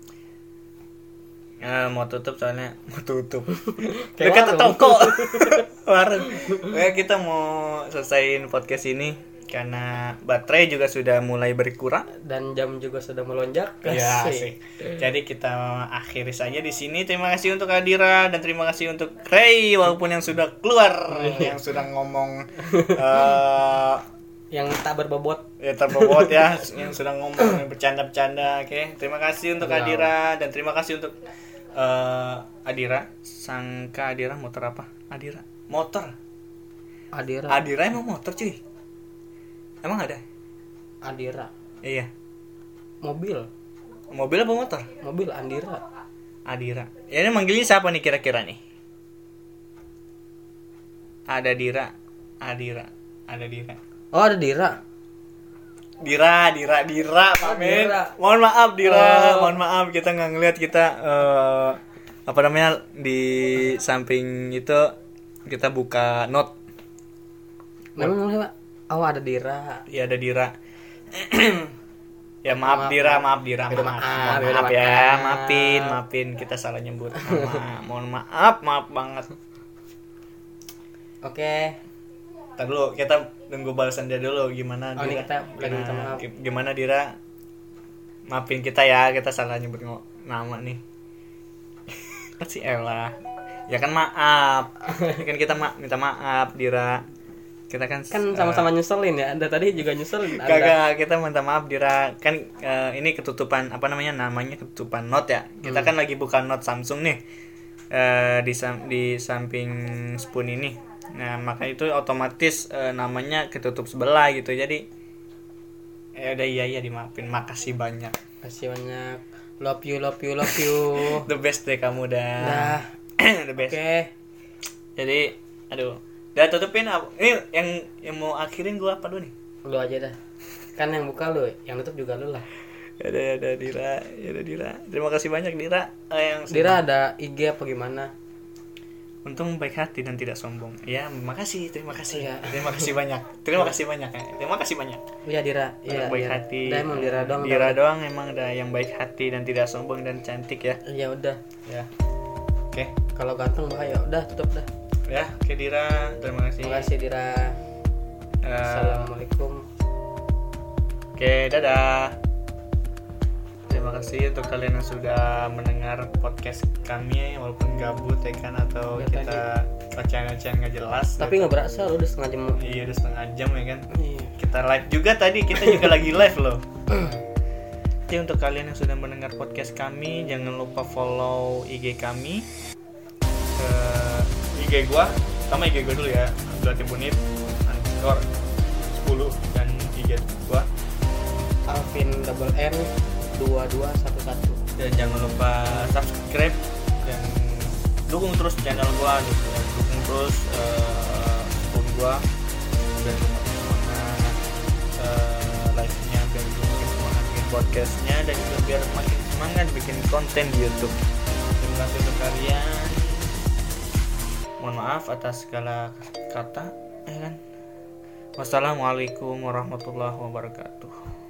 Ya, mau tutup soalnya mau tutup. Kayak Dekat warung. toko. Warung. Ya kita mau selesaiin podcast ini karena baterai juga sudah mulai berkurang. Dan jam juga sudah melonjak. Ya, Asik. asik. Jadi kita akhiri saja di sini. Terima kasih untuk Adira dan terima kasih untuk Ray walaupun yang sudah keluar, yang sudah ngomong eh Yang tak berbobot. ya terbobot ya, yang sudah ngomong bercanda-bercanda. Oke, terima kasih untuk Wow. Adira dan terima kasih untuk eh Adira. Sangka Adira motor apa? Adira motor. Adira. Adira emang motor cuy. Emang ada? Adira. Iya. Mobil. Mobil apa motor? Mobil Andira. Adira. Ya ini manggilnya siapa nih kira-kira nih? ada Dira, Adira, ada Dira. Oh, ada Dira. Dira, Dira, Dira, Oh, Amin. Dira. Mohon maaf Dira, Oh. mohon maaf kita nggak ngelihat kita eh, apa namanya di samping itu kita buka note. Memang Pak. Oh, ada Dira. Ya ada Dira. Ya maaf, Maaf, Dira, maaf. maaf Dira, Yaudah, maaf, maaf, mohon yaudah, maaf ya, maaf. maafin, maafin kita salah nyebut. Mohon, mohon maaf, maaf banget. Oke. Ntar dulu kita tunggu balasan dia dulu gimana Oh, ini Dira. kita lagi minta Gimana, maaf. gimana Dira? Maafin kita ya, kita salah nyebut ngo- nama nih. Si Ella. Ya kan maaf. Ya kan kita ma- minta maaf Dira. Kita kan Kan eh, sama-sama nyuselin ya. Anda tadi juga nyuselin. Anda. Kagak, kita minta maaf Dira. Kan eh, ini ketutupan apa namanya? Namanya ketutupan note ya. Kita Hmm. kan lagi buka note Samsung nih. Eh, di sam- di samping spoon ini. Nah, maka itu otomatis eh, namanya ketutup sebelah gitu. Jadi ya udah iya iya dimaafin. Makasih banyak. Kasih banyak. Love you, love you, love you. The best deh kamu dah. Dah. The Oke. best. Jadi aduh, udah tutupin apa? Ini yang yang mau akhirin gua apa dulu nih? Lu aja dah. Kan yang buka lu, yang tutup juga lu lah. Ya udah ya udah Dira, ya udah Dira. Terima kasih banyak Dira. Eh, yang Dira ada I G apa gimana? untung baik hati dan tidak sombong. Ya, makasih, terima kasih. Iya. Terima kasih banyak. Terima kasih banyak ya. Terima kasih banyak. Iya Dira. Iya. baik iya. hati. Dah emang Dira doang. Dira dah. doang emang ada yang baik hati dan tidak sombong dan cantik ya. Ya udah. Ya. Oke. Kalau ganteng bahaya. Udah tutup dah. Ya, oke Dira, terima kasih. Terima kasih Dira. Eh, Assalamualaikum. Oke, dadah. Terima kasih untuk kalian yang sudah mendengar podcast kami walaupun gabut ya kan atau Ya, kita ocehan-ocehan nggak jelas. Tapi nggak berasa lu udah setengah jam. Iya udah setengah jam ya kan. Iya. Kita live juga tadi, kita juga lagi live loh. Jadi untuk kalian yang sudah mendengar podcast kami, jangan lupa follow I G kami. Eh, I G gua, sama I G gua dulu ya. Berarti Bunit underscore sepuluh dan I G gua. Alvin double N dua dua satu satu. Dan jangan lupa subscribe dan dukung terus channel gua, dukung, dukung terus uh, akun gua dan semangat uh, live-nya biar juga makin semangat bikin podcastnya dan juga biar makin semangat bikin konten di YouTube. Terima kasih untuk kalian. Mohon maaf atas segala kata, ya kan. Wassalamualaikum warahmatullahi wabarakatuh.